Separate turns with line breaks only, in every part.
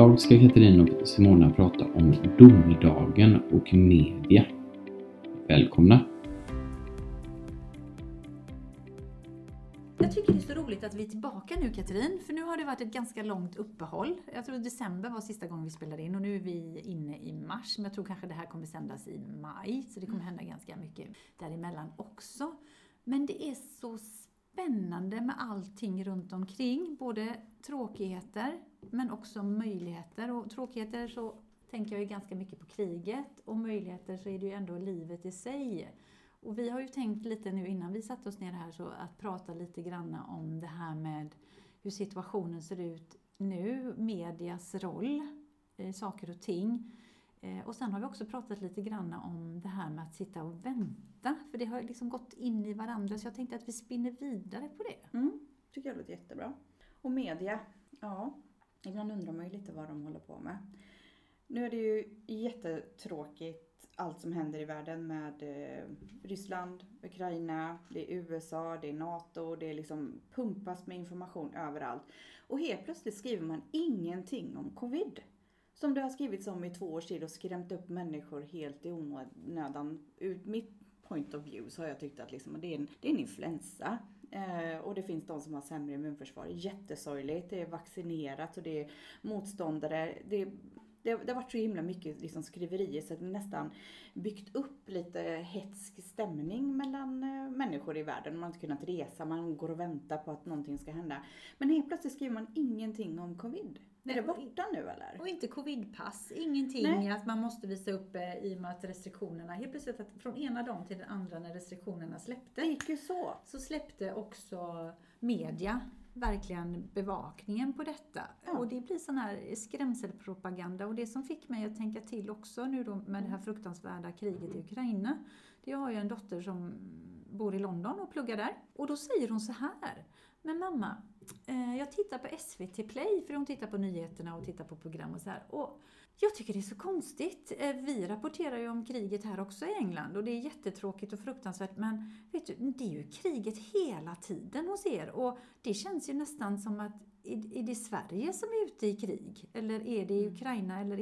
Idag ska Katarina och Simona prata om domedagen och media. Välkomna!
Jag tycker det är så roligt att vi är tillbaka nu, Katrin. För nu har det varit ett ganska långt uppehåll. Jag tror december var sista gången vi spelade in och nu är vi inne i mars. Men jag tror kanske det här kommer sändas i maj. Så det kommer hända ganska mycket däremellan också. Men det är så spännande med allting runt omkring. Både tråkigheter men också möjligheter. Och tråkigheter så tänker jag ju ganska mycket på kriget. Och möjligheter så är det ju ändå livet i sig. Och vi har ju tänkt lite nu innan vi satte oss ner här så att prata lite grann om det här med hur situationen ser ut nu, medias roll, saker och ting. Och sen har vi också pratat lite grann om det här med att sitta och vänta. För det har liksom gått in i varandra så jag tänkte att vi spinner vidare på det.
Tycker jag låter jättebra. Och media, ja, ibland undrar man ju lite vad de håller på med. Nu är det ju jättetråkigt allt som händer i världen med Ryssland, Ukraina, det är USA, det är NATO, det är liksom pumpas med information överallt. Och helt plötsligt skriver man ingenting om covid. Som det har skrivits om i 2 års tid och skrämt upp människor helt i onödan. Ur mitt point of view så har jag tyckt att liksom, det är en influensa. Och det finns de som har sämre immunförsvar. Jättesorgligt, det är vaccinerat och det är motståndare. Det har varit så himla mycket liksom skriverier så att det nästan byggt upp lite hetsk stämning mellan människor i världen. Man har inte kunnat resa, man går och väntar på att någonting ska hända. Men helt plötsligt skriver man ingenting om covid. Är det borta nu eller?
Och inte covidpass, ingenting att man måste visa upp i och med att restriktionerna, helt plötsligt att från ena dagen till den andra när restriktionerna släppte.
Det gick ju så.
Så släppte också media verkligen bevakningen på detta. Ja. Och det blir sån här skrämselpropaganda. Och det som fick mig att tänka till också nu då med det här fruktansvärda kriget i Ukraina. Det har ju en dotter som bor i London och pluggar där. Och då säger hon så här. Men mamma, jag tittar på SVT Play för hon tittar på nyheterna och tittar på program och så här. Och jag tycker det är så konstigt. Vi rapporterar ju om kriget här också i England och det är jättetråkigt och fruktansvärt. Men vet du, det är ju kriget hela tiden hos er och det känns ju nästan som att är det Sverige som är ute i krig? Eller är det Ukraina eller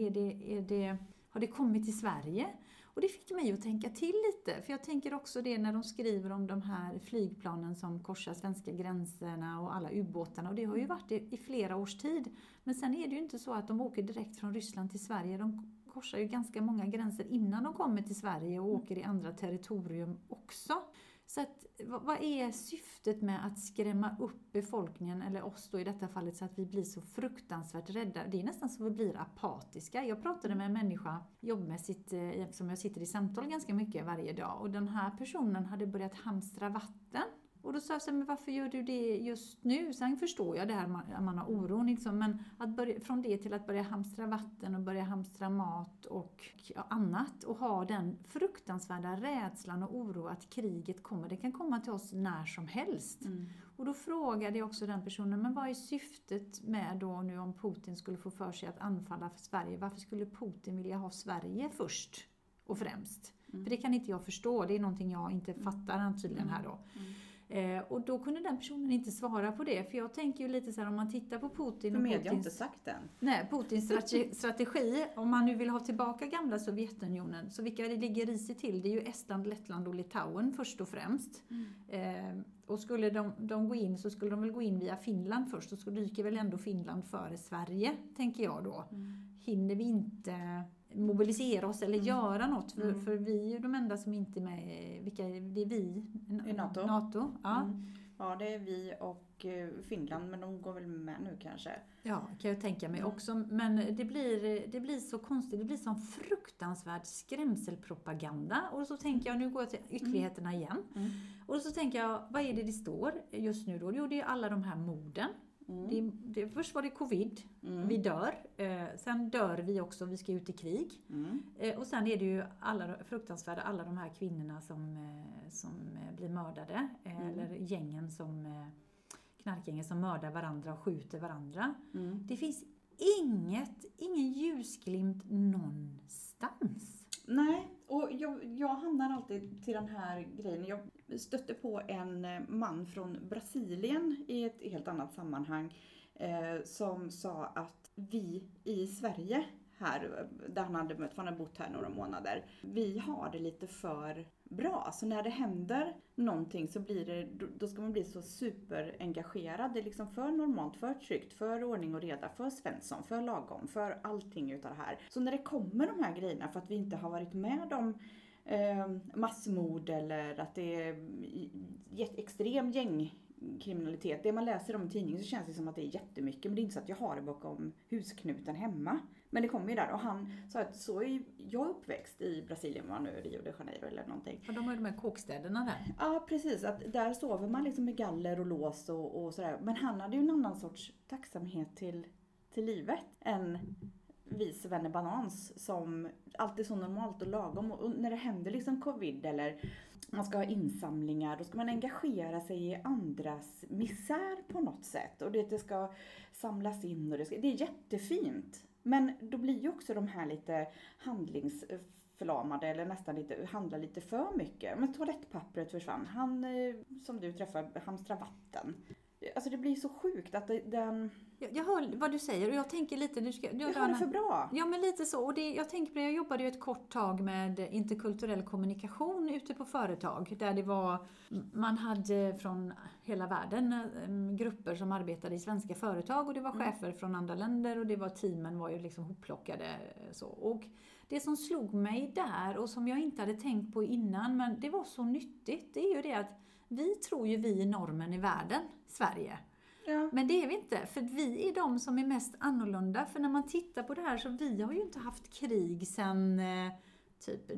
har det kommit till Sverige? Och det fick mig att tänka till lite. För jag tänker också det när de skriver om de här flygplanen som korsar svenska gränserna och alla ubåtarna. Och det har ju varit i flera års tid. Men sen är det ju inte så att de åker direkt från Ryssland till Sverige. De korsar ju ganska många gränser innan de kommer till Sverige och åker i andra territorium också. Så att, vad är syftet med att skrämma upp befolkningen, eller oss då i detta fallet, så att vi blir så fruktansvärt rädda? Det är nästan så att vi blir apatiska. Jag pratade med en människa jobbmässigt, som jag sitter i samtal ganska mycket varje dag. Och den här personen hade börjat hamstra vatten. Och då sa jag så här, men varför gör du det just nu? Sen förstår jag det här man har oron liksom. Men från det till att börja hamstra vatten och börja hamstra mat och annat. Och ha den fruktansvärda rädslan och oro att kriget kommer. Det kan komma till oss när som helst. Och då frågade jag också den personen, men vad är syftet med då nu om Putin skulle få för sig att anfalla för Sverige? Varför skulle Putin vilja ha Sverige först och främst? För det kan inte jag förstå. Det är någonting jag inte fattar tydligen här då. Och då kunde den personen inte svara på det. För jag tänker ju lite så här, om man tittar på Putin
för
och
media har inte sagt den.
Nej, Putins strategi. Om man nu vill ha tillbaka gamla Sovjetunionen. Så vilka det ligger i sig till, det är ju Estland, Lettland och Litauen först och främst. Och skulle de gå in så skulle de väl gå in via Finland först. Och så ryker väl ändå Finland före Sverige, tänker jag då. Hinner vi inte mobilisera oss eller göra något. För vi är ju de enda som inte är med. Det är vi
i NATO.
Ja.
Ja, det är vi och Finland, men de går väl med nu kanske.
Ja, kan jag tänka mig också. Men det blir så konstigt. Det blir sån fruktansvärd skrämselpropaganda. Och så tänker jag, nu går jag till ytterligheterna igen. Och så tänker jag, vad är det står just nu då? Jo, det är alla de här morden. Först var det covid, vi dör, sen dör vi också, vi ska ut i krig. Och sen är det ju fruktansvärda alla de här kvinnorna som blir mördade, eller knarkgängen som mördar varandra och skjuter varandra. Det finns ingen ljusglimt någonstans.
Nej, och jag hamnar alltid till den här grejen. Jag stötte på en man från Brasilien i ett helt annat sammanhang. som sa att vi i Sverige här, där han hade bott här några månader, vi har det lite för bra. Så när det händer någonting så då ska man bli så superengagerad. Det är liksom för normalt, för tryggt, för ordning och reda, för Svensson, för lagom, för allting utav det här. Så när det kommer de här grejerna för att vi inte har varit med om massmord eller att det är extrem gängkriminalitet. Det man läser om i tidningen så känns det som att det är jättemycket, men det är inte så att jag har det bakom husknuten hemma. Men det kommer ju där och han sa att så är jag uppväxt i Brasilien, var nu Rio de Janeiro eller någonting.
Och de har ju de här kåkstäderna där.
Ja, precis. Att där sover man liksom med galler och lås och sådär. Men han hade ju en annan sorts tacksamhet till livet än vi svennebanans som allt är så normalt och lagom. Och när det händer liksom covid eller man ska ha insamlingar, då ska man engagera sig i andras misär på något sätt. Och det ska samlas in och det är jättefint. Men då blir ju också de här lite handlingsförlamade eller nästan handlar lite för mycket. Men toalettpappret försvann. Han som du träffar hamstrar vatten. Alltså det blir så sjukt att den...
Jag hör vad du säger och jag tänker lite...
Jag har det för bra.
Ja, men lite så. Och jag tänker på det, jag jobbade ju ett kort tag med interkulturell kommunikation ute på företag. Där det var, man hade från hela världen grupper som arbetade i svenska företag. Och det var chefer från andra länder och det var teamen var ju liksom hopplockade. Så. Och det som slog mig där och som jag inte hade tänkt på innan, men det var så nyttigt, det är ju det att vi tror ju vi är normen i världen, Sverige. Ja. Men det är vi inte, för vi är de som är mest annorlunda. För när man tittar på det här så vi har ju inte haft krig sen typ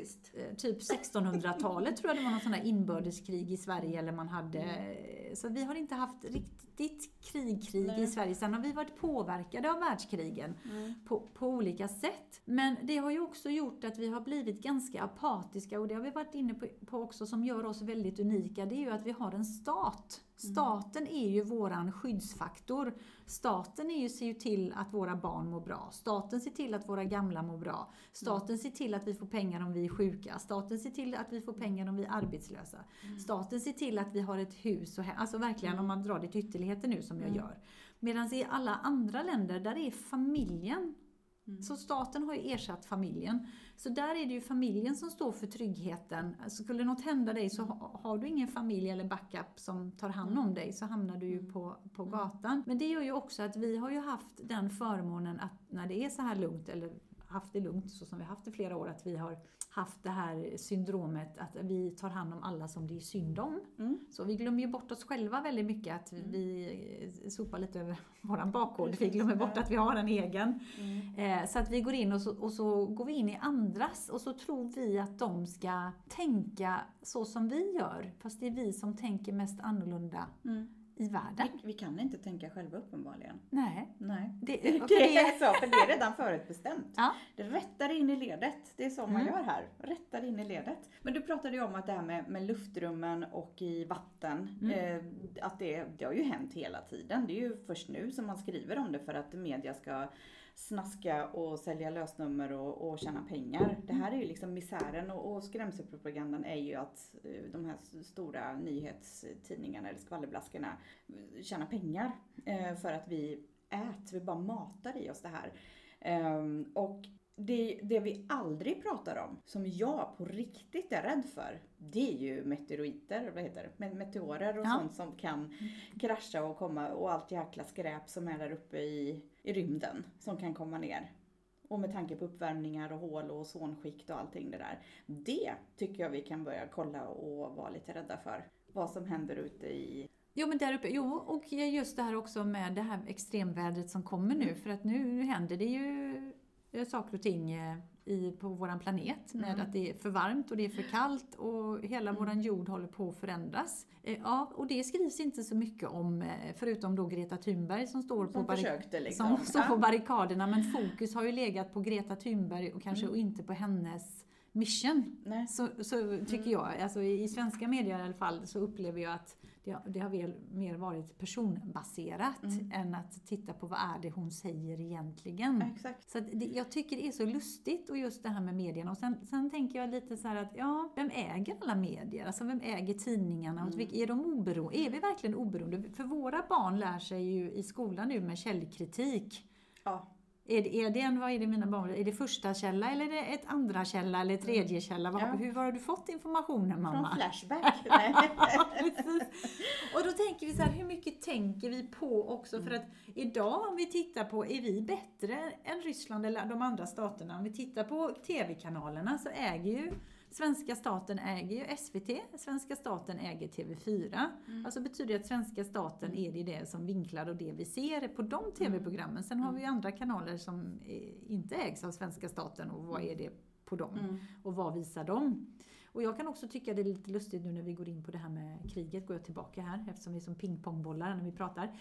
1600-talet tror jag det var någon sån här inbördeskrig i Sverige eller man hade så vi har inte haft riktigt krig i Sverige. Sen har vi varit påverkade av världskrigen på olika sätt. Men det har ju också gjort att vi har blivit ganska apatiska och det har vi varit inne på också som gör oss väldigt unika. Det är ju att vi har en stat. Staten är ju våran skyddsfaktor. Staten ser ju till att våra barn mår bra. Staten ser till att våra gamla mår bra. Staten ser till att vi får pengar om vi är sjuka. Staten ser till att vi får pengar om vi är arbetslösa. Staten ser till att vi har ett hus och alltså verkligen om man drar det till ytterligheter nu som jag gör. Medan i alla andra länder där är familjen. Så staten har ju ersatt familjen. Så där är det ju familjen som står för tryggheten. Alltså, skulle något hända dig så har du ingen familj eller backup som tar hand om dig så hamnar du ju på gatan. Men det gör ju också att vi har ju haft den förmånen att när det är så här lugnt eller haft det lugnt så som vi haft det flera år att vi har haft det här syndromet att vi tar hand om alla som det är synd om. Så vi glömmer ju bort oss själva väldigt mycket att vi sopar lite över våran bakgård. Vi glömmer bort att vi har en egen. Så att vi går in och så går vi in i andras och så tror vi att de ska tänka så som vi gör. Fast det är vi som tänker mest annorlunda i världen.
Vi kan inte tänka själva uppenbarligen.
Nej.
Det är så, för det är redan förutbestämt.
Ja.
Det rättar in i ledet. Det är så man gör här. Rättar in i ledet. Men du pratade ju om att det här med luftrummen och i vatten. Att det har ju hänt hela tiden. Det är ju först nu som man skriver om det för att media ska snaska och sälja lösnummer och tjäna pengar. Det här är ju liksom misären och skrämselpropagandan är ju att de här stora nyhetstidningarna eller skvallerblaskorna tjänar pengar för att vi bara matar i oss det här. Och det vi aldrig pratar om, som jag på riktigt är rädd för, det är ju meteorer och sånt som kan krascha och komma och allt jäkla skräp som är där uppe i rymden som kan komma ner. Och med tanke på uppvärmningar och hål och ozonskikt och allting det där. Det tycker jag vi kan börja kolla och vara lite rädda för. Vad som händer ute i...
Jo, men där uppe, och just det här också med det här extremvädret som kommer nu. För att nu händer det ju saker och ting på våran planet med att det är för varmt och det är för kallt och hela våran jord håller på att förändras. Ja, och det skrivs inte så mycket om, förutom då Greta Thunberg som står på barrikaderna, men fokus har ju legat på Greta Thunberg och kanske inte på hennes mission.
Nej.
Så tycker jag, alltså i svenska medier i alla fall, så upplever jag att det har väl mer varit personbaserat än att titta på vad är det hon säger egentligen.
Exakt.
Så att jag tycker det är så lustigt, och just det här med medierna. Och sen tänker jag lite så här att, vem äger alla medier? Alltså vem äger tidningarna? Och är de oberoende? Är vi verkligen oberoende? För våra barn lär sig ju i skolan nu med källkritik.
Ja.
Vad är det mina barn? Är det första källa eller är det ett andra källa eller tredje källa? Hur har du fått informationen, mamma?
Från Flashback.
Och då tänker vi så här, hur mycket tänker vi på också? För att idag om vi tittar på, är vi bättre än Ryssland eller de andra staterna? Om vi tittar på tv-kanalerna så äger ju svenska staten äger ju SVT, svenska staten äger TV4. Alltså betyder det att svenska staten är det som vinklar och det vi ser på de tv-programmen. Sen har vi ju andra kanaler som inte ägs av svenska staten, och vad är det på dem? Och vad visar de? Och jag kan också tycka det är lite lustigt nu när vi går in på det här med kriget, går jag tillbaka här eftersom vi är som pingpongbollar när vi pratar.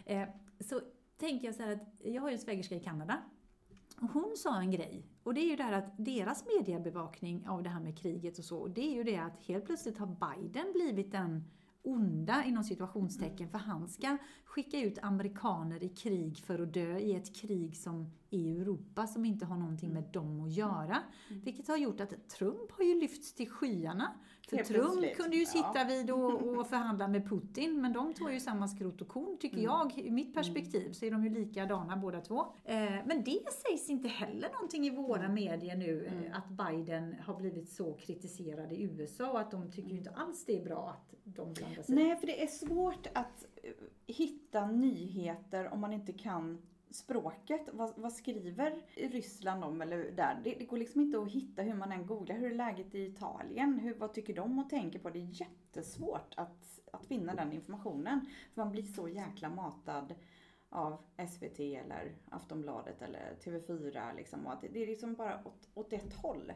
Så tänker jag så här att jag har ju en svägerska i Kanada. Och hon sa en grej, och det är ju det här att deras mediebevakning av det här med kriget och så, det är ju det att helt plötsligt har Biden blivit den onda inom situationstecken, för han ska skicka ut amerikaner i krig för att dö i ett krig som i Europa som inte har någonting med dem att göra. Vilket har gjort att Trump har ju lyfts till skyarna. För Trump kunde ju sitta vid och förhandla med Putin, men de tog ju samma skrot och korn, tycker jag. I mitt perspektiv så är de ju likadana båda två. Men det sägs inte heller någonting i våra medier nu, att Biden har blivit så kritiserad i USA, och att de tycker ju inte alls det är bra att de blandar sig.
Nej, för det är svårt att hitta nyheter om man inte kan språket. Vad skriver Ryssland om eller där? Det går liksom inte att hitta hur man än googlar. Hur är läget i Italien? Vad tycker de och tänker på? Det är jättesvårt att finna den informationen. För man blir så jäkla matad av SVT eller Aftonbladet eller TV4 liksom. Och att det är liksom bara åt ett håll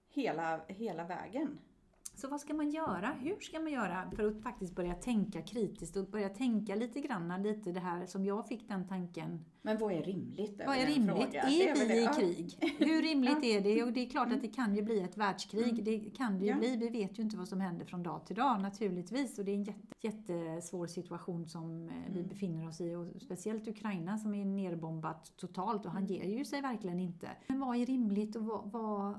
hela vägen.
Så vad ska man göra? Hur ska man göra för att faktiskt börja tänka kritiskt och börja tänka lite det här som jag fick den tanken.
Men vad är rimligt?
Vad är rimligt? Är vi i krig? Hur rimligt är det? Och det är klart att det kan ju bli ett världskrig. Det kan det ju bli. Vi vet ju inte vad som händer från dag till dag naturligtvis. Och det är en jättesvår situation som vi befinner oss i. Och speciellt Ukraina som är nerbombat totalt. Och han ger ju sig verkligen inte. Men vad är rimligt och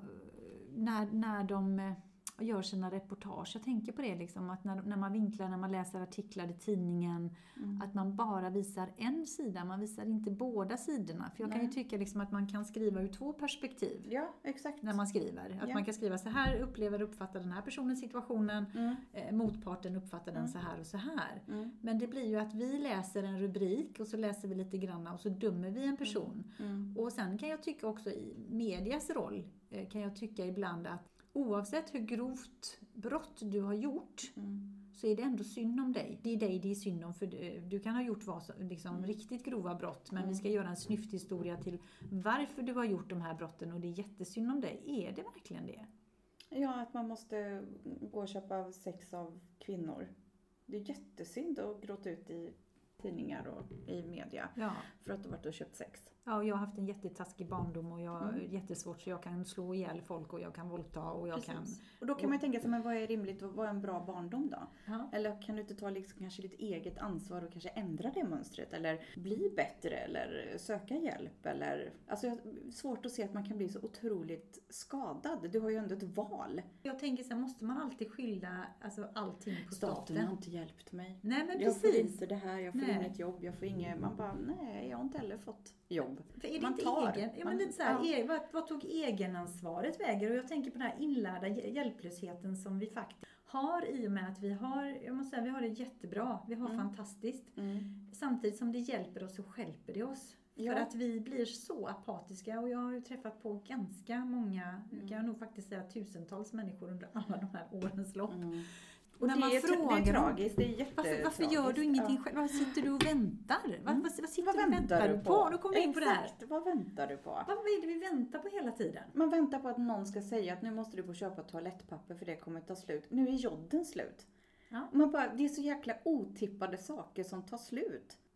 när de gör sina reportage. Jag tänker på det liksom, att när man vinklar, när man läser artiklar i tidningen, att man bara visar en sida, man visar inte båda sidorna. För jag kan ju tycka liksom att man kan skriva ur två perspektiv.
Ja, exakt.
När man skriver. Att man kan skriva så här, uppfattar den här personen situationen, motparten uppfattar den så här och så här. Men det blir ju att vi läser en rubrik och så läser vi lite grann och så dömer vi en person. Och sen kan jag tycka också i medias roll, kan jag tycka ibland att oavsett hur grovt brott du har gjort så är det ändå synd om dig. Det är dig det är synd om, för du kan ha gjort riktigt grova brott, men vi ska göra en snyfthistoria till varför du har gjort de här brotten och det är jättesynd om dig. Är det verkligen det?
Ja, att man måste gå och köpa sex av kvinnor. Det är jättesynd att gråta ut i tidningar och i media för att du varit och köpt sex.
Ja, jag har haft en jättetaskig barndom och jag är jättesvårt, så jag kan slå ihjäl folk och jag kan våldta och jag kan...
Och då kan man ju tänka sig, men vad är rimligt och vad är en bra barndom då?
Ja.
Eller kan du inte ta liksom kanske ditt eget ansvar och kanske ändra det mönstret eller bli bättre eller söka hjälp eller... Alltså jag har svårt att se att man kan bli så otroligt skadad. Du har ju ändå ett val.
Jag tänker så här, måste man alltid skylla allting på staten?
Staten har inte hjälpt mig.
Nej, men
jag
precis.
får inte det här, jag får inget jobb, jag får inget... Man bara, nej, jag har inte heller fått jobb.
För är det
man
inte
tar.
Egen? Ja, men lite så här, vad tog egenansvaret väger? Och jag tänker på den här inlärda hjälplösheten som vi faktiskt har i och med att vi har, jag måste säga, vi har det jättebra. Vi har fantastiskt. Samtidigt som det hjälper oss så hjälper det oss. För att vi blir så apatiska, och jag har ju träffat på ganska många, kan jag nog faktiskt säga tusentals människor under alla de här årens lopp. Och när man frågar
det är tragiskt, det är jättetragiskt.
Varför gör du ingenting själv? Varför sitter du och väntar? Vad sitter du och väntar på? Nu kommer vi in på det här.
Vad väntar du på?
Vad är det vi väntar på hela tiden?
Man väntar på att någon ska säga att nu måste du gå och köpa toalettpapper för det kommer ta slut. Nu är jodden slut.
Ja.
Man bara, det är så jäkla otippade saker som tar slut.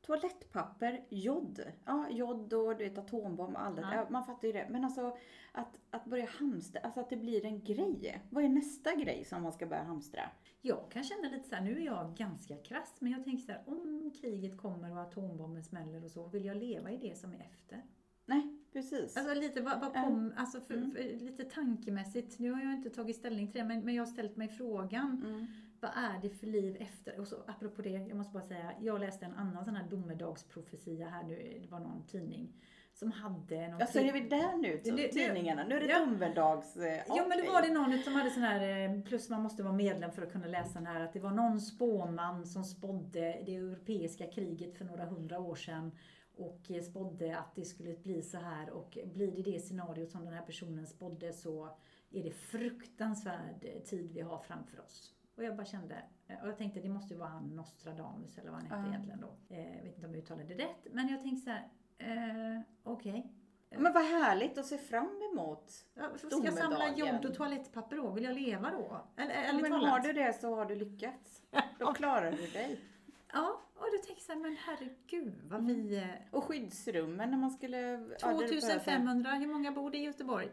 toalettpapper, jod. Ja, jod och du vet, atombomb och allt. Ja, man fattar ju det. Men alltså att börja hamstra, alltså att det blir en grej. Vad är nästa grej som man ska börja hamstra?
Jag kan känna lite så här, nu är jag ganska krass, men jag tänker så här, om kriget kommer och atombomben smäller och så, vill jag leva i det som är efter?
Nej, precis.
Alltså lite, alltså för lite tankemässigt, nu har jag inte tagit ställning till det, men jag har ställt mig frågan, vad är det för liv efter? Och så apropå det, jag måste bara säga, jag läste en annan sån här domedagsprofetia här nu, det var någon tidning som hade någon...
Så är vi där nu, tidningarna. Nu är det domedags...
Ja, men det var det någon som hade sån här, plus man måste vara medlem för att kunna läsa den här, att det var någon spåman som spådde det europeiska kriget för några 100 år sedan och spådde att det skulle bli så här, och blir det scenariot som den här personen spådde, så är det fruktansvärd tid vi har framför oss. Och jag bara kände, och jag tänkte det måste ju vara han Nostradamus eller vad han hette egentligen då. Jag vet inte om jag uttalade det rätt, men jag tänkte så här, okej.
Men vad härligt att se fram emot
ska jag samla jord och toalettpapper då? Vill jag leva då? Eller
men har du det så har du lyckats. Då klarar du dig.
Ja, och då tänkte jag så här, men herregud vad vi...
Och skyddsrummen när man skulle...
2500, hur många bor det i Göteborg?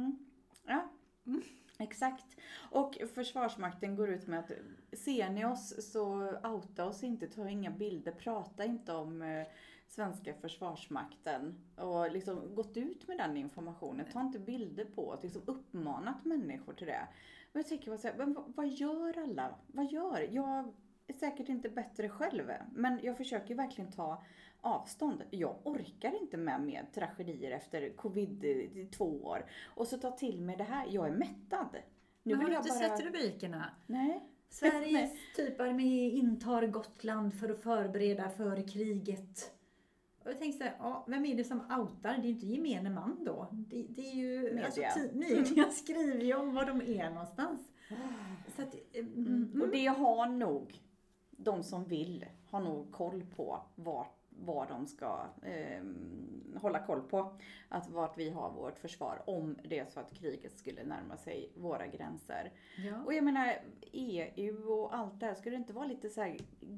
Ja, exakt. Och Försvarsmakten går ut med att ser ni oss så outa oss inte, ta inga bilder, prata inte om svenska försvarsmakten. Och liksom gått ut med den informationen, ta inte bilder på att liksom uppmanat människor till det. Men jag tänker, vad gör alla? Vad gör? Jag är säkert inte bättre själv, men jag försöker verkligen ta avstånd. Jag orkar inte med mer tragedier efter covid i 2 år. Och så ta till mig det här. Jag är mättad.
Nu har du inte sett rubrikerna?
Nej.
Sveriges typ armé intar Gotland för att förbereda för kriget. Och jag tänkte så här, vem är det som outar? Det är ju inte gemene man då. Det är ju...
Media.
Alltså, media skriver ju om var de är någonstans. Så att,
Och det har nog, de som vill, har nog koll på vad de ska hålla koll på. Att vart vi har vårt försvar om det är så att kriget skulle närma sig våra gränser.
Ja.
Och jag menar, EU och allt det här, skulle det inte vara lite så här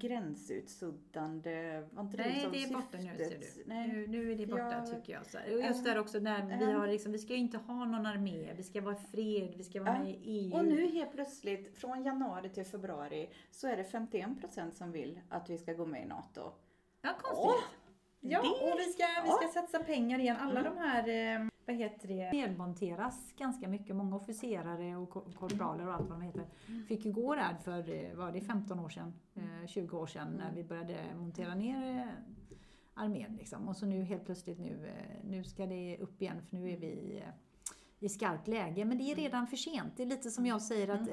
gränsutsuddande?
Nej, det är borta nu, ser du.
Nej.
Nu är det borta, tycker jag. Så. Och just där också, när vi har liksom, vi ska ju inte ha någon armé, vi ska vara i fred, vi ska vara med i EU.
Och nu helt plötsligt, från januari till februari, så är det 51% som vill att vi ska gå med i NATO.
Ja, konstigt. Ja, och vi ska satsa pengar igen. Alla de här, nedmonteras ganska mycket. Många officerare och korporaler och allt vad de heter fick ju gå där för, var det 15 år sedan, 20 år sedan när vi började montera ner armén liksom. Och så nu helt plötsligt nu ska det upp igen, för nu är vi i skarpt läge. Men det är redan för sent. Det är lite som jag säger att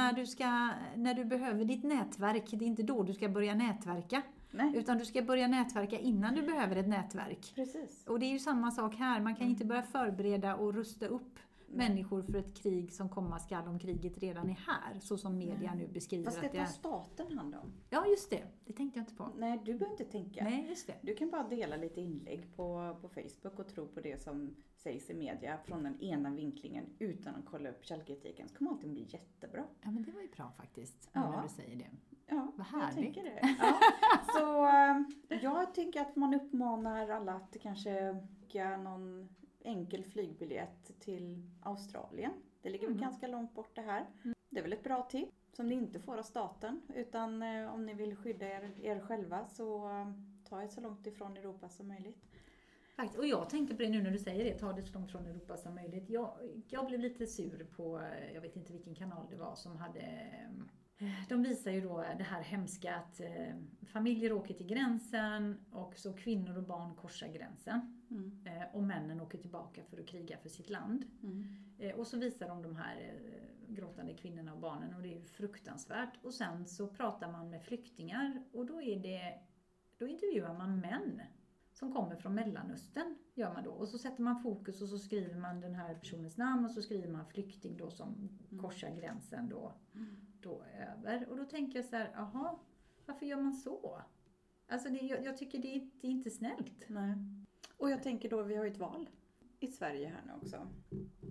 när du behöver ditt nätverk, det är inte då du ska börja nätverka. Nej. Utan du ska börja nätverka innan du behöver ett nätverk.
Precis.
Och det är ju samma sak här. Man kan inte börja förbereda och rusta upp människor för ett krig som komma skall om kriget redan är här. Så som media nu beskriver.
Fast det tar staten hand om.
Ja, just det. Det tänkte jag inte på.
Nej, du behöver inte tänka.
Nej, just det.
Du kan bara dela lite inlägg på Facebook och tro på det som sägs i media från den ena vinklingen utan att kolla upp källkritiken. Så kommer alltid bli jättebra.
Ja, men det var ju bra faktiskt. När du säger det.
Ja,
vad härligt.
Jag tänker det. Ja. Så jag tycker att man uppmanar alla att kanske boka någon enkel flygbiljett till Australien. Det ligger väl ganska långt bort det här. Det är väl ett bra tips som ni inte får av staten. Utan om ni vill skydda er själva så ta er så långt ifrån Europa som möjligt.
Faktiskt. Och jag tänkte på det nu när du säger det, ta det så långt från Europa som möjligt. Jag blev lite sur på, jag vet inte vilken kanal det var som hade... De visar ju då det här hemska att familjer åker till gränsen och så kvinnor och barn korsar gränsen. Och männen åker tillbaka för att kriga för sitt land. Och så visar de här gråtande kvinnorna och barnen och det är ju fruktansvärt. Och sen så pratar man med flyktingar och då intervjuar man män som kommer från Mellanöstern, gör man då. Och så sätter man fokus och så skriver man den här personens namn och så skriver man flykting då som korsar gränsen då över. Och då tänker jag så här, varför gör man så? Alltså jag tycker det är inte snällt.
Nej. Och jag tänker då, vi har ju ett val i Sverige här nu också.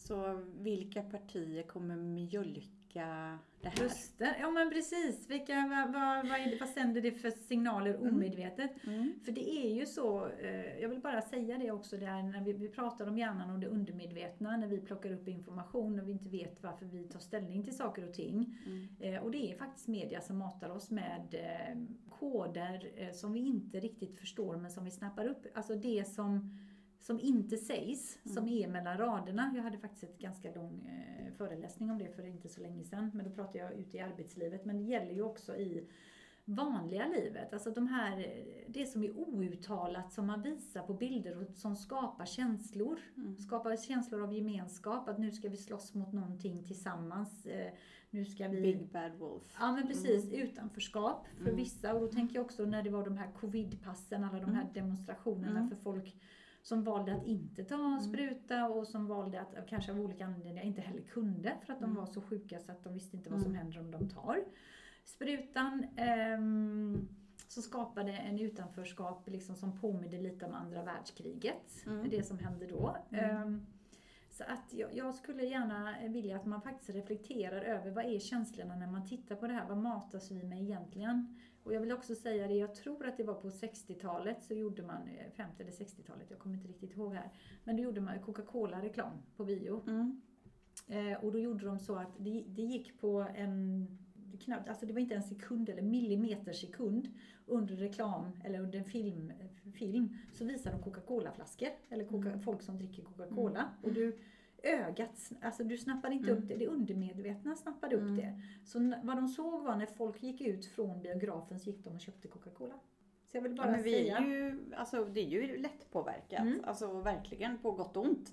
Så vilka partier kommer mjölka det här?
Röster, ja men precis. Vad sänder det för signaler omedvetet? För det är ju så, jag vill bara säga det också där när vi pratar om hjärnan och det undermedvetna, när vi plockar upp information, när vi inte vet varför vi tar ställning till saker och ting. Och det är faktiskt media som matar oss med koder som vi inte riktigt förstår men som vi snappar upp. Alltså det som inte sägs, som är mellan raderna. Jag hade faktiskt ett ganska lång föreläsning om det för inte så länge sedan. Men då pratade jag ute i arbetslivet. Men det gäller ju också i vanliga livet. Alltså det som är outtalat som man visar på bilder och som skapar känslor. Skapar känslor av gemenskap. Att nu ska vi slåss mot någonting tillsammans. Nu ska vi...
Big Bad Wolf.
Ja men precis, utanförskap för vissa. Och då tänker jag också när det var de här covid-passen, alla de här demonstrationerna för folk som valde att inte ta spruta och som valde att kanske av olika anledningar inte heller kunde för att de var så sjuka så att de visste inte vad som händer om de tar sprutan. Så skapade en utanförskap liksom som påminner lite om andra världskriget. Det som hände då. Så att jag skulle gärna vilja att man faktiskt reflekterar över vad är känslorna när man tittar på det här. Vad matas vi med egentligen? Och jag vill också säga det, jag tror att det var på 60-talet så gjorde man, 50 eller 60-talet, jag kommer inte riktigt ihåg här. Men då gjorde man Coca-Cola-reklam på bio. Och då gjorde de så att det gick på knappt, alltså det var inte en sekund eller millimetersekund under reklam eller under film så visar de Coca-Cola-flaskor eller folk som dricker Coca-Cola och du snappade inte upp det undermedvetna snappade upp det. Så vad de såg var när folk gick ut från biografen så gick de och köpte Coca-Cola. Så jag vill bara säga.
Det är ju lätt påverkat, alltså verkligen på gott och ont.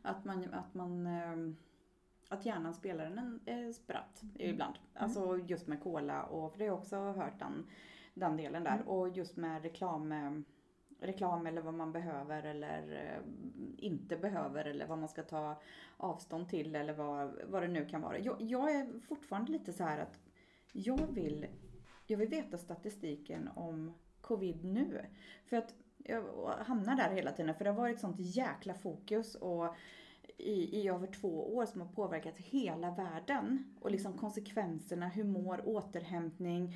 Att hjärnan spelar en spratt ibland. Alltså just med cola och för det har jag också hört den delen där. Och just med reklam eller vad man behöver eller inte behöver eller vad man ska ta avstånd till eller vad det nu kan vara. Jag är fortfarande lite så här att jag vill veta statistiken om covid nu. För att jag hamnar där hela tiden för det har varit sånt jäkla fokus och i över 2 år som har påverkat hela världen och liksom konsekvenserna, humor, återhämtning,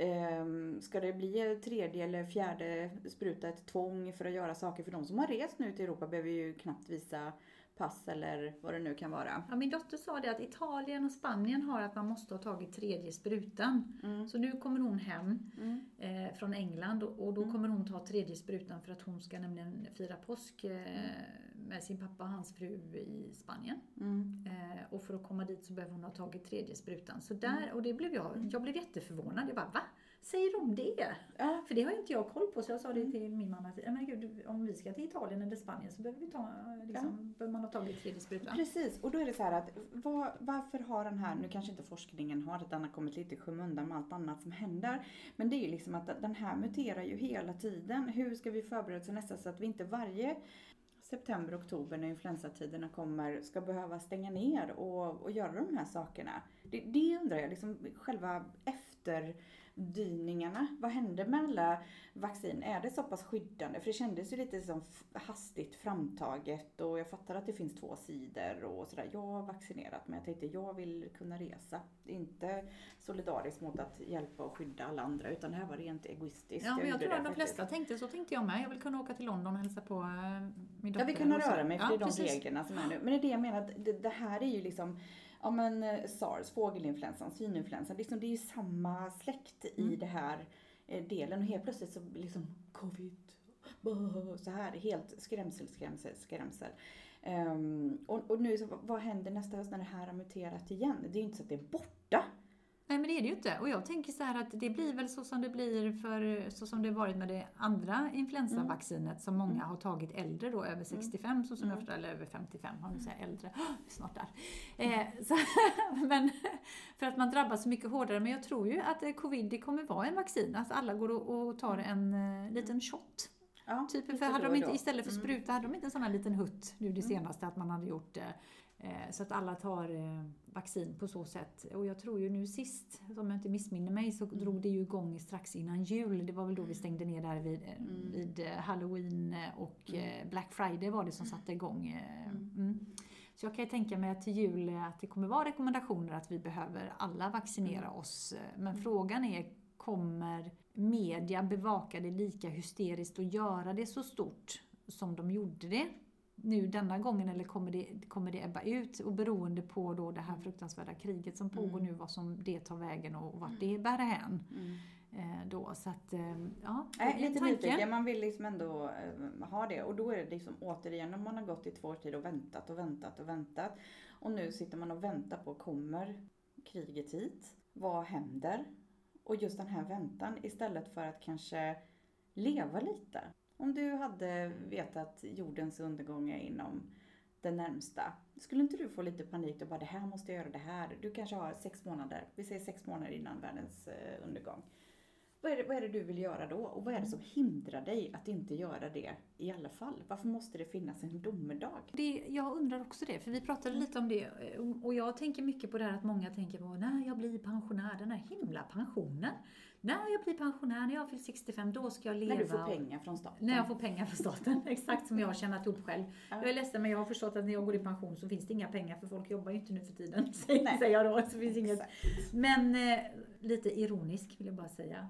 ska det bli 3:e eller 4:e spruta ett tvång för att göra saker för de som har rest nu till Europa behöver ju knappt visa pass eller vad det nu kan vara.
Ja, min dotter sa det att Italien och Spanien har att man måste ha tagit 3:e sprutan. Så nu kommer hon hem från England och då kommer hon ta 3:e sprutan för att hon ska nämligen fira påsk med sin pappa och hans fru i Spanien. Och för att komma dit så behöver hon ha tagit 3:e sprutan. Så där, och det blev jag blev jätteförvånad. Jag bara, va? Säger de det? Ja. För det har inte jag koll på. Så jag sa det till min mamma. Men gud, om vi ska till Italien eller Spanien så behöver vi behöver man ha tagit 3:e sprutan.
Precis, och då är det så här att varför har den här, nu kanske inte forskningen har att den har kommit lite i skymundan med allt annat som händer. Men det är ju liksom att den här muterar ju hela tiden. Hur ska vi förbereda oss nästa så att vi inte varje september, oktober när influensatiderna kommer ska behöva stänga ner och göra de här sakerna. Det undrar jag, liksom själva efterdyningarna. Vad händer med alla vaccin? Är det så pass skyddande? För det kändes ju lite som hastigt framtaget och jag fattar att det finns 2 sidor och sådär. Jag har vaccinerat men jag tänkte jag vill kunna resa. Inte solidariskt mot att hjälpa och skydda alla andra utan det här var rent egoistiskt.
Ja, men jag tror att de flesta tänkte jag med. Jag vill kunna åka till London och hälsa på min dotter.
Jag vill kunna röra mig för det är de reglerna som är nu. Men det är det jag menar att det här är ju liksom SARS, fågelinfluensan, svininfluensan, liksom det är ju samma släkt i det här delen och helt plötsligt så liksom covid, så här helt skrämsel. Och nu så, vad händer nästa höst när det här har muterat igen? Det är ju inte så att det är borta.
Nej, men det är det ju inte. Och jag tänker så här att det blir väl så som det blir så som det varit med det andra influensavaccinet som många har tagit äldre då, över 65, så som jag förstår, eller över 55, har ni säger äldre, snart där. Men för att man drabbas så mycket hårdare, men jag tror ju att covid, det kommer vara en vaccin, att alla går och tar en liten shot. Ja, typ, för hade de inte, istället för spruta, hade de inte en sån här liten hutt nu det senaste att man hade gjort det. Så att alla tar vaccin på så sätt. Och jag tror ju nu sist, om jag inte missminner mig, så drog det ju igång strax innan jul. Det var väl då vi stängde ner där vid Halloween och Black Friday var det som satte igång. Så jag kan ju tänka mig att till jul att det kommer vara rekommendationer att vi behöver alla vaccinera oss. Men frågan är, kommer media bevaka det lika hysteriskt och göra det så stort som de gjorde det nu denna gången, eller kommer det ebba ut? Och beroende på då det här fruktansvärda kriget som pågår nu, vad som det tar vägen och vart det bär hän. Då, så att, ja,
lite nyfiken, man vill liksom ändå ha det, och då är det liksom återigen, om man har gått i 2 år tid och väntat och nu sitter man och väntar på, kommer kriget hit, vad händer? Och just den här väntan, istället för att kanske leva lite. Om du hade vetat jordens undergång är inom den närmsta, skulle inte du få lite panik och bara, det här måste jag göra, det här. Du kanske har 6 månader, vi säger 6 månader innan världens undergång. Vad är det du vill göra då? Och vad är det som hindrar dig att inte göra det i alla fall? Varför måste det finnas en domedag?
Jag undrar också det, för vi pratade lite om det. Och jag tänker mycket på det här att många tänker på, när jag blir pensionär, den här himla pensionen. När jag blir pensionär, när jag fyller 65, då ska jag leva.
När du får pengar från staten.
När jag får pengar från staten, exakt som jag har tjänat ihop själv. Jag är ledsen, men jag har förstått att när jag går i pension så finns det inga pengar, för folk jobbar ju inte nu för tiden, säger jag då. Så finns inget. Men lite ironisk vill jag bara säga.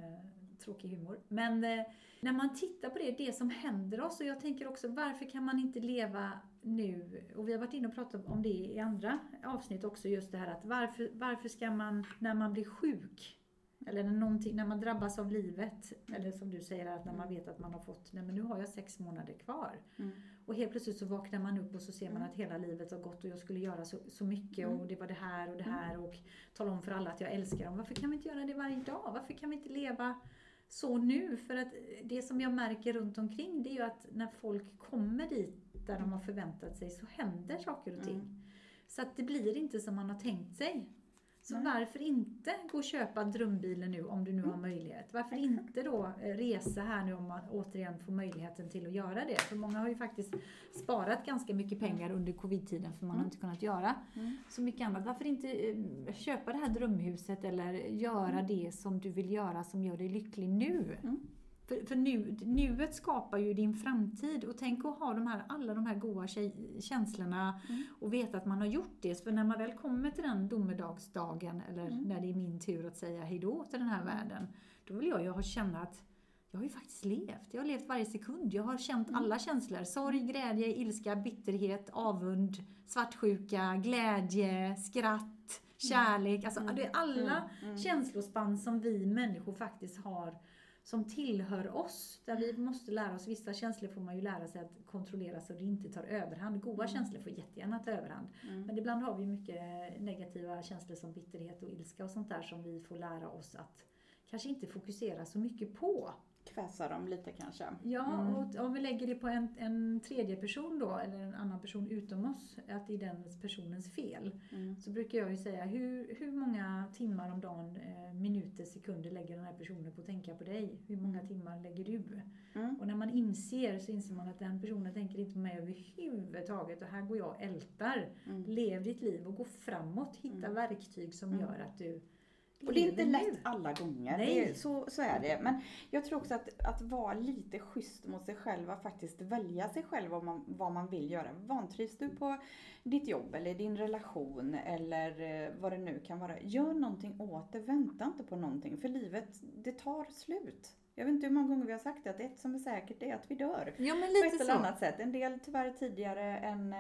Tråkig humor. Men när man tittar på det som händer oss, och jag tänker också, varför kan man inte leva nu? Och vi har varit inne och pratat om det i andra avsnitt också, just det här att varför ska man, när man blir sjuk, eller när man drabbas av livet, eller som du säger, att när man vet att man har fått, nej men nu har jag 6 månader kvar. Och helt plötsligt så vaknar man upp och så ser man att hela livet har gått och jag skulle göra så mycket och det var det här och det här och tala om för alla att jag älskar dem. Varför kan vi inte göra det varje dag? Varför kan vi inte leva så nu? För att det som jag märker runt omkring, det är ju att när folk kommer dit där de har förväntat sig, så händer saker och ting. Så att det blir inte som man har tänkt sig. Så varför inte gå och köpa drömbilen nu om du nu har möjlighet? Varför inte då resa här nu om man återigen får möjligheten till att göra det? För många har ju faktiskt sparat ganska mycket pengar under covid-tiden, för man har inte kunnat göra så mycket annat. Varför inte köpa det här drömhuset eller göra det som du vill göra som gör dig lycklig nu? För nuet skapar ju din framtid, och tänk att ha alla de här goda känslorna och veta att man har gjort det. För när man väl kommer till den domedagsdagen, eller när det är min tur att säga hejdå till den här världen, då vill jag ju ha känna att jag har ju faktiskt levt. Jag har levt varje sekund. Jag har känt alla känslor. Sorg, glädje, ilska, bitterhet, avund, svartsjuka, glädje, skratt, kärlek. Alltså det är alla känslospann som vi människor faktiskt har, som tillhör oss, där vi måste lära oss. Vissa känslor får man ju lära sig att kontrollera så det inte tar överhand. Goda känslor får jättegärna ta överhand. Men ibland har vi mycket negativa känslor som bitterhet och ilska och sånt där, som vi får lära oss att kanske inte fokusera så mycket på.
Kväsa dem lite kanske.
Ja, och om vi lägger det på en tredje person då, eller en annan person utom oss, att det är den personens fel. Så brukar jag ju säga, hur många timmar om dagen, minuter, sekunder lägger den här personen på att tänka på dig? Hur många timmar lägger du? Och när man inser man att den personen tänker inte på mig överhuvudtaget, och här går jag och ältar. Lev ditt liv och gå framåt, hitta verktyg som gör att du...
Och det är inte lätt alla gånger. Det är, så är det. Men jag tror också att vara lite schysst mot sig själv, och faktiskt välja sig själv vad man vill göra. Vantrivs du på ditt jobb eller din relation eller vad det nu kan vara? Gör någonting åt det. Vänta inte på någonting. För livet, det tar slut. Jag vet inte hur många gånger vi har sagt att ett som är säkert är att vi dör.
Ja, men lite
på ett eller annat sätt. En del tyvärr tidigare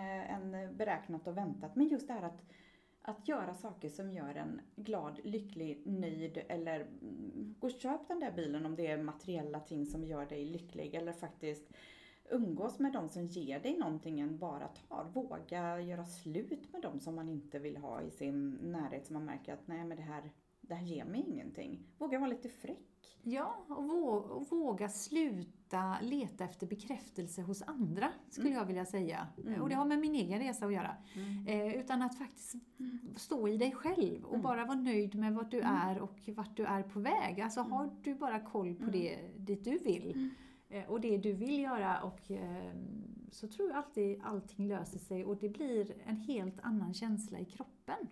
än beräknat och väntat. Men just det här att göra saker som gör en glad, lycklig, nöjd, eller gå och köp den där bilen om det är materiella ting som gör dig lycklig, eller faktiskt umgås med de som ger dig någonting än bara tar. Våga göra slut med dem som man inte vill ha i sin närhet, som man märker att nej, men det här ger mig ingenting. Våga vara lite fräck.
Ja, och våga sluta leta efter bekräftelse hos andra, skulle jag vilja säga. Och det har med min egen resa att göra. Utan att faktiskt stå i dig själv och bara vara nöjd med vad du är och vart du är på väg. Alltså har du bara koll på dit du vill och det du vill göra, och så tror jag alltid allting löser sig och det blir en helt annan känsla i kroppen.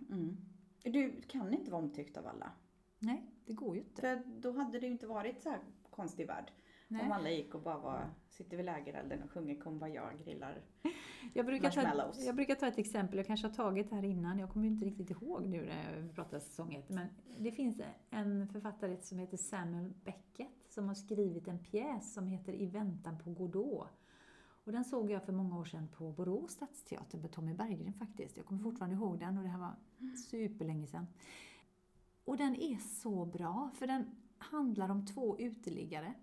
Du kan inte vara omtyckt av alla.
Nej, det går ju inte.
För då hade det ju inte varit så här konstig värld. Om alla gick och bara sitter vid lägerelden och sjunger Kumbaya, grillar
Jag
marshmallows.
brukar ta ett exempel, jag kanske har tagit det här innan, jag kommer inte riktigt ihåg nu när vi pratar säsong 1. Men det finns en författare som heter Samuel Beckett som har skrivit en pjäs som heter I väntan på Godot. Och den såg jag för många år sedan på Borås stadsteater med Tommy Berggren faktiskt. Jag kommer fortfarande ihåg den och det här var superlänge sedan. Och den är så bra för den handlar om 2 uteliggare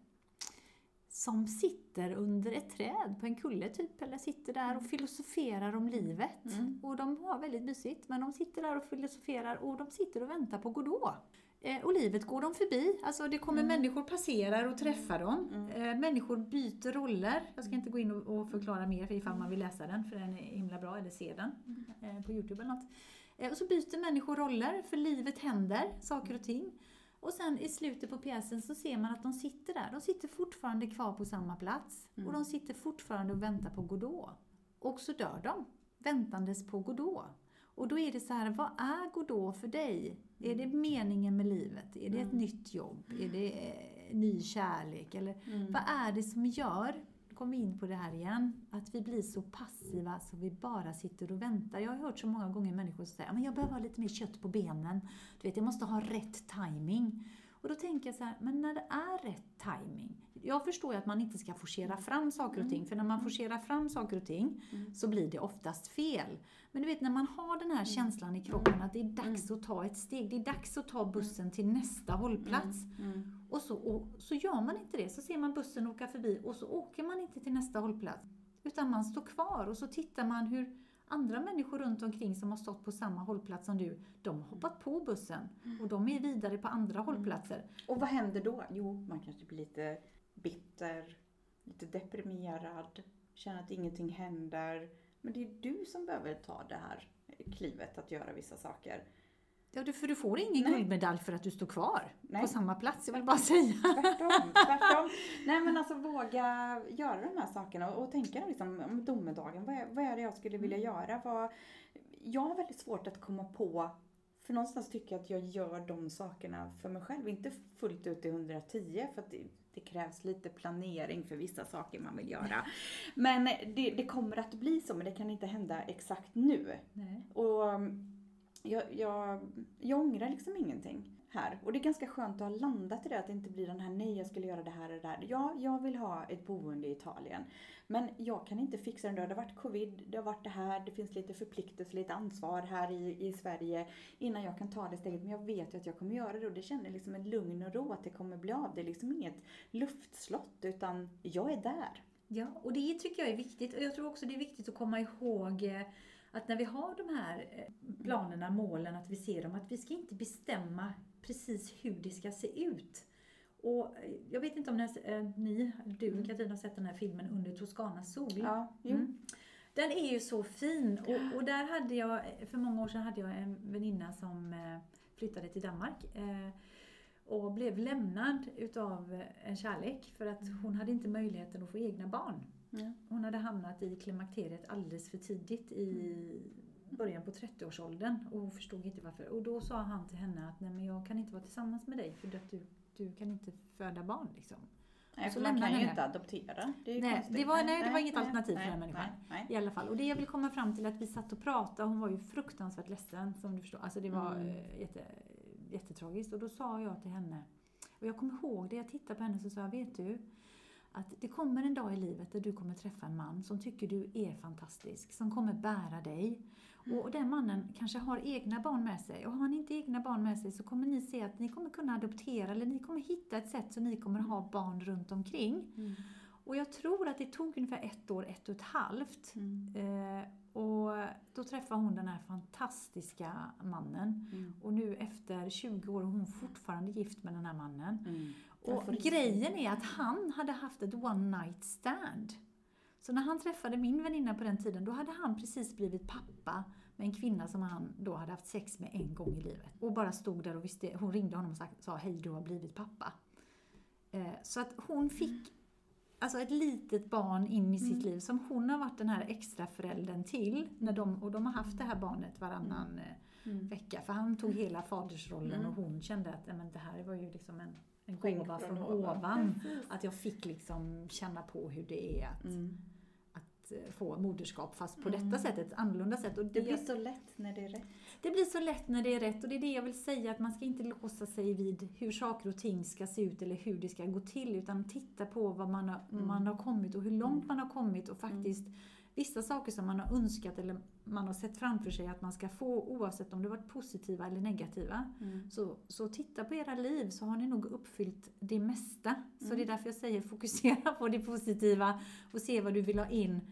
som sitter under ett träd på en kulle typ, eller sitter där och filosoferar om livet. Och de har väldigt mysigt, men de sitter där och filosoferar och de sitter och väntar på Godot. Och livet går de förbi, alltså det kommer människor passerar och träffar dem. Människor byter roller. Jag ska inte gå in och förklara mer för ifall man vill läsa den, för den är himla bra, eller se den på YouTube eller något. Och så byter människor roller, för livet händer saker och ting. Och sen i slutet på pjäsen så ser man att de sitter där. De sitter fortfarande kvar på samma plats. Och de sitter fortfarande och väntar på Godot. Och så dör de, väntandes på Godot. Och då är det så här, vad är Godot för dig? Är det meningen med livet? Är det ett nytt jobb? Är det ny kärlek? Eller vad är det som gör, då kommer vi in på det här igen, att vi blir så passiva så vi bara sitter och väntar. Jag har hört så många gånger människor säga, men jag behöver ha lite mer kött på benen. Du vet, jag måste ha rätt timing. Och då tänker jag så här, men när det är rätt timing. Jag förstår ju att man inte ska forcera fram saker och ting. För när man forcerar fram saker och ting så blir det oftast fel. Men du vet, när man har den här känslan i kroppen att det är dags att ta ett steg. Det är dags att ta bussen till nästa hållplats. Och så gör man inte det. Så ser man bussen åka förbi och så åker man inte till nästa hållplats. Utan man står kvar och så tittar man hur andra människor runt omkring som har stått på samma hållplats som du, de har hoppat på bussen. Och de är vidare på andra hållplatser.
Och vad händer då? Jo, man kanske blir lite bitter, lite deprimerad, känner att ingenting händer. Men det är du som behöver ta det här klivet att göra vissa saker.
Ja, för du får ingen guldmedalj för att du står kvar på samma plats, jag vill bara säga.
Tvärtom. Nej, men alltså våga göra de här sakerna och tänka liksom om domedagen. Vad är det jag skulle vilja göra? Jag har väldigt svårt att komma på, för någonstans tycker jag att jag gör de sakerna för mig själv. Inte fullt ut till 110, för att det krävs lite planering för vissa saker man vill göra. Men det kommer att bli så, men det kan inte hända exakt nu. Nej. Och jag ångrar liksom ingenting här. Och det är ganska skönt att ha landat i det, att det inte blir den här, nej jag skulle göra det här och det där. Ja, jag vill ha ett boende i Italien. Men jag kan inte fixa det. Det har varit covid, det har varit det här, det finns lite förpliktelse, lite ansvar här i Sverige innan jag kan ta det steget. Men jag vet ju att jag kommer göra det och det känner liksom en lugn och ro att det kommer bli av. Det är liksom inget luftslott, utan jag är där.
Ja, och det tycker jag är viktigt. Och jag tror också det är viktigt att komma ihåg att när vi har de här planerna, målen, att vi ser dem, att vi ska inte bestämma precis hur det ska se ut. Och jag vet inte om du och Katrin har sett den här filmen Under Toscanas sol.
Ja,
Den är ju så fin. Och där hade jag, för många år sedan hade jag en väninna som flyttade till Danmark. Och blev lämnad utav en kärlek för att hon hade inte möjligheten att få egna barn. Hon hade hamnat i klimakteriet alldeles för tidigt i början på 30-årsåldern och förstod inte varför. Och då sa han till henne att nej, men jag kan inte vara tillsammans med dig för att du kan inte föda barn liksom.
Nej, för man kan ju inte adoptera. Det
var inget alternativ för den människan. Nej. I alla fall. Och det jag vill komma fram till att vi satt och pratade, hon var ju fruktansvärt ledsen som du förstår. Alltså det var jättetragiskt. Och då sa jag till henne, och jag kommer ihåg det, jag tittade på henne så sa jag, vet du att det kommer en dag i livet där du kommer träffa en man som tycker du är fantastisk, som kommer bära dig. Och den mannen kanske har egna barn med sig. Och har han inte egna barn med sig så kommer ni se att ni kommer kunna adoptera, eller ni kommer hitta ett sätt så ni kommer ha barn runt omkring. Och jag tror att det tog ungefär 1 år, 1,5. Och då träffade hon den här fantastiska mannen. Och nu efter 20 år är hon fortfarande gift med den här mannen. Och grejen är att han hade haft ett one night stand. Så när han träffade min väninna på den tiden, då hade han precis blivit pappa med en kvinna som han då hade haft sex med en gång i livet. Och bara stod där och visste, hon ringde honom och sa hej, du har blivit pappa. Så att hon fick alltså ett litet barn in i sitt liv som hon har varit den här extra föräldern till. Och de har haft det här barnet varannan vecka. För han tog hela fadersrollen och hon kände att men det här var ju liksom en en
Skänk
gåva
från
från
ovan.
ovan.
Precis.
Att jag fick liksom känna på hur det är att få moderskap fast på detta sättet, ett annorlunda sätt. Och
Det blir så lätt när det är rätt.
Det blir så lätt när det är rätt, och det är det jag vill säga, att man ska inte låsa sig vid hur saker och ting ska se ut eller hur det ska gå till, utan titta på vad man har kommit och hur långt man har kommit, och faktiskt vissa saker som man har önskat eller man har sett framför sig att man ska få, oavsett om det varit positiva eller negativa. Så titta på era liv, så har ni nog uppfyllt det mesta. Så det är därför jag säger fokusera på det positiva och se vad du vill ha in,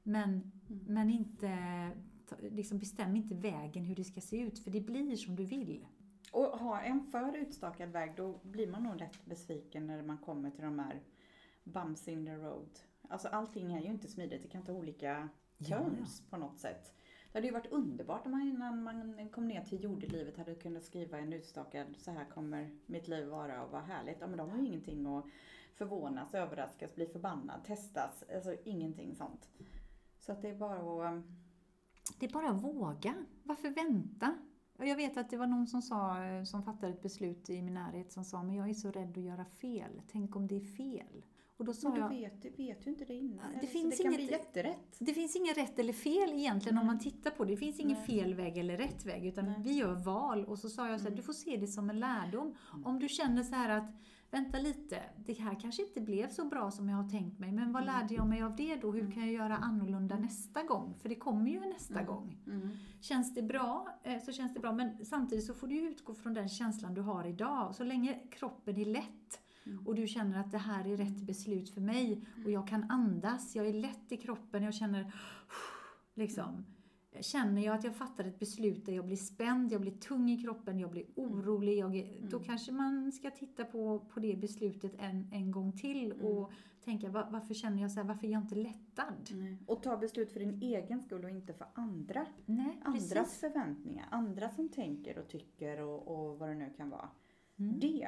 men inte liksom bestäm inte vägen hur det ska se ut, för det blir som du vill.
Och ha en för utstakad väg, då blir man nog lätt besviken när man kommer till de här bumps in the road. Alltså allting är ju inte smidigt, det kan ta olika turns på något sätt. Det hade ju varit underbart om man innan man kom ner till jordelivet hade kunnat skriva en utstakad, så här kommer mitt liv vara och vara härligt. Ja, men de har ju ingenting att förvånas, överraskas, bli förbannad, testas, alltså ingenting sånt. Så att det är bara att...
Det är bara att våga. Varför vänta? Och jag vet att det var någon som fattade ett beslut i min närhet som sa, men jag är så rädd att göra fel. Tänk om det är fel. Och då sa
men
jag,
vet ju inte det innan.
Det
kan bli jätterätt.
Det finns inget rätt eller fel egentligen om man tittar på det. Det finns ingen fel väg eller rätt väg, utan vi gör val. Och så sa jag så här, du får se det som en lärdom. Om du känner så här att, vänta lite, det här kanske inte blev så bra som jag har tänkt mig, men vad lärde jag mig av det då? Hur kan jag göra annorlunda nästa gång? För det kommer ju nästa gång. Känns det bra så känns det bra, men samtidigt så får du utgå från den känslan du har idag. Så länge kroppen är lätt och du känner att det här är rätt beslut för mig och jag kan andas, jag är lätt i kroppen, jag känner liksom, känner jag att jag fattar ett beslut där jag blir spänd, jag blir tung i kroppen, jag blir orolig, då kanske man ska titta på det beslutet en gång till och tänka, varför känner jag så här, varför är jag inte lättad?
Och ta beslut för din egen skull och inte för andra.
Nej,
andras förväntningar, andra som tänker och tycker och vad det nu kan vara. Det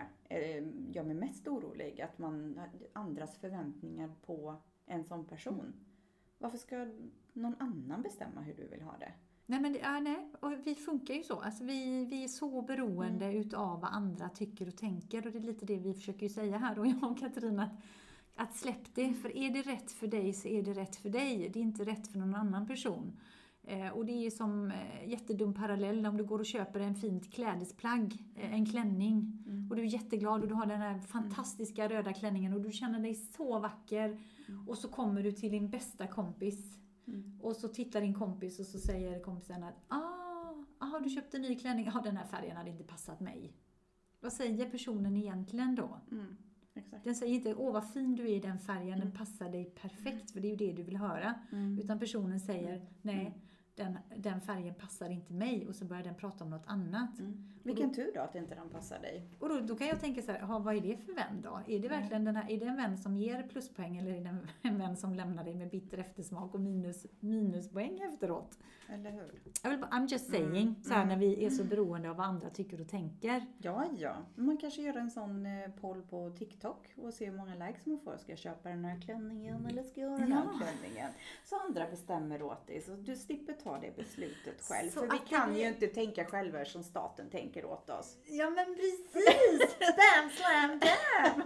gör mig mest orolig, att andras förväntningar på en sån person. Varför ska någon annan bestämma hur du vill ha det?
Nej, men nej. Och vi funkar ju så. Alltså vi är så beroende utav vad andra tycker och tänker. Och det är lite det vi försöker ju säga här. Och jag och Katrin, att släpp det. För är det rätt för dig så är det rätt för dig. Det är inte rätt för någon annan person. Och det är som jättedum parallell om du går och köper en fint klädesplagg, en klänning. Och du är jätteglad och du har den här fantastiska röda klänningen och du känner dig så vacker. Och så kommer du till din bästa kompis. Och så tittar din kompis och så säger kompisen att du köpte en ny klänning. Ja, den här färgen hade inte passat mig. Vad säger personen egentligen då?
Exakt.
Den säger inte, vad fin du är i den färgen, den passar dig perfekt, för det är ju det du vill höra. Utan personen säger, nej, den färgen passar inte mig, och så börjar den prata om något annat.
Vilken tur då att inte den passar dig.
Och då kan jag tänka så här, vad är det för vän då? Är det verkligen är det en vän som ger pluspoäng, eller är det en vän som lämnar dig med bitter eftersmak och minuspoäng efteråt?
Eller hur?
I'm just saying, så här, när vi är så beroende av vad andra tycker och tänker.
Ja. Man kanske gör en sån poll på TikTok och se hur många likes man får. Ska jag köpa den här klänningen eller ska jag göra den här klänningen? Så andra bestämmer åt dig, så du slipper ta det beslutet själv.
Så
för vi kan ju inte tänka själva som staten tänker åt oss.
Ja, men precis! Bam, slam, damn!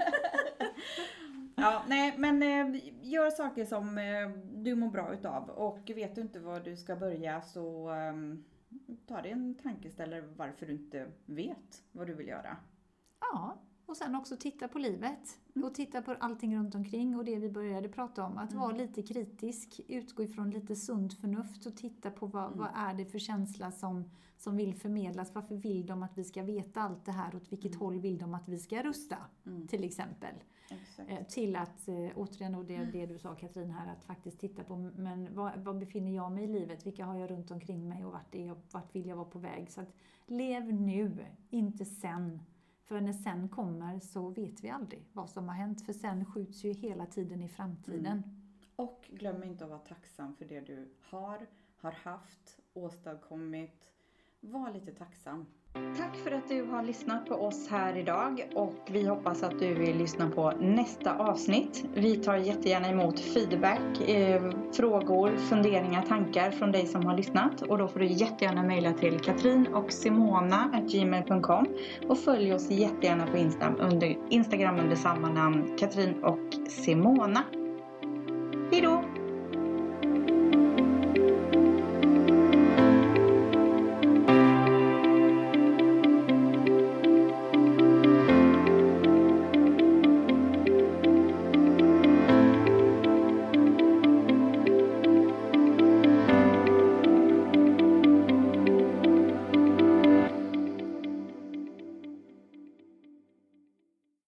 Ja, nej, men gör saker som du mår bra utav. Och vet du inte var du ska börja, så ta dig en tankeställare varför du inte vet vad du vill göra.
Ja, och sen också titta på livet. Och titta på allting runt omkring. Och det vi började prata om. Att vara lite kritisk. Utgå ifrån lite sunt förnuft. Och titta på vad är det för känsla som vill förmedlas. Varför vill de att vi ska veta allt det här? Åt vilket håll vill de att vi ska rusta? Till exempel.
Exakt.
Till att, återigen då det du sa Katrin här, att faktiskt titta på, men vad befinner jag mig i livet? Vilka har jag runt omkring mig? Och vart vill jag vara på väg? Så att lev nu, inte sen. För när sen kommer så vet vi aldrig vad som har hänt. För sen skjuts ju hela tiden i framtiden.
Och glöm inte att vara tacksam för det du har haft, åstadkommit. Var lite tacksam. Tack för att du har lyssnat på oss här idag och vi hoppas att du vill lyssna på nästa avsnitt. Vi tar jättegärna emot feedback, frågor, funderingar, tankar från dig som har lyssnat. Och då får du jättegärna mejla till katrinochsimona@gmail.com och följ oss jättegärna på Instagram under samma namn, Katrin och Simona. Hej då!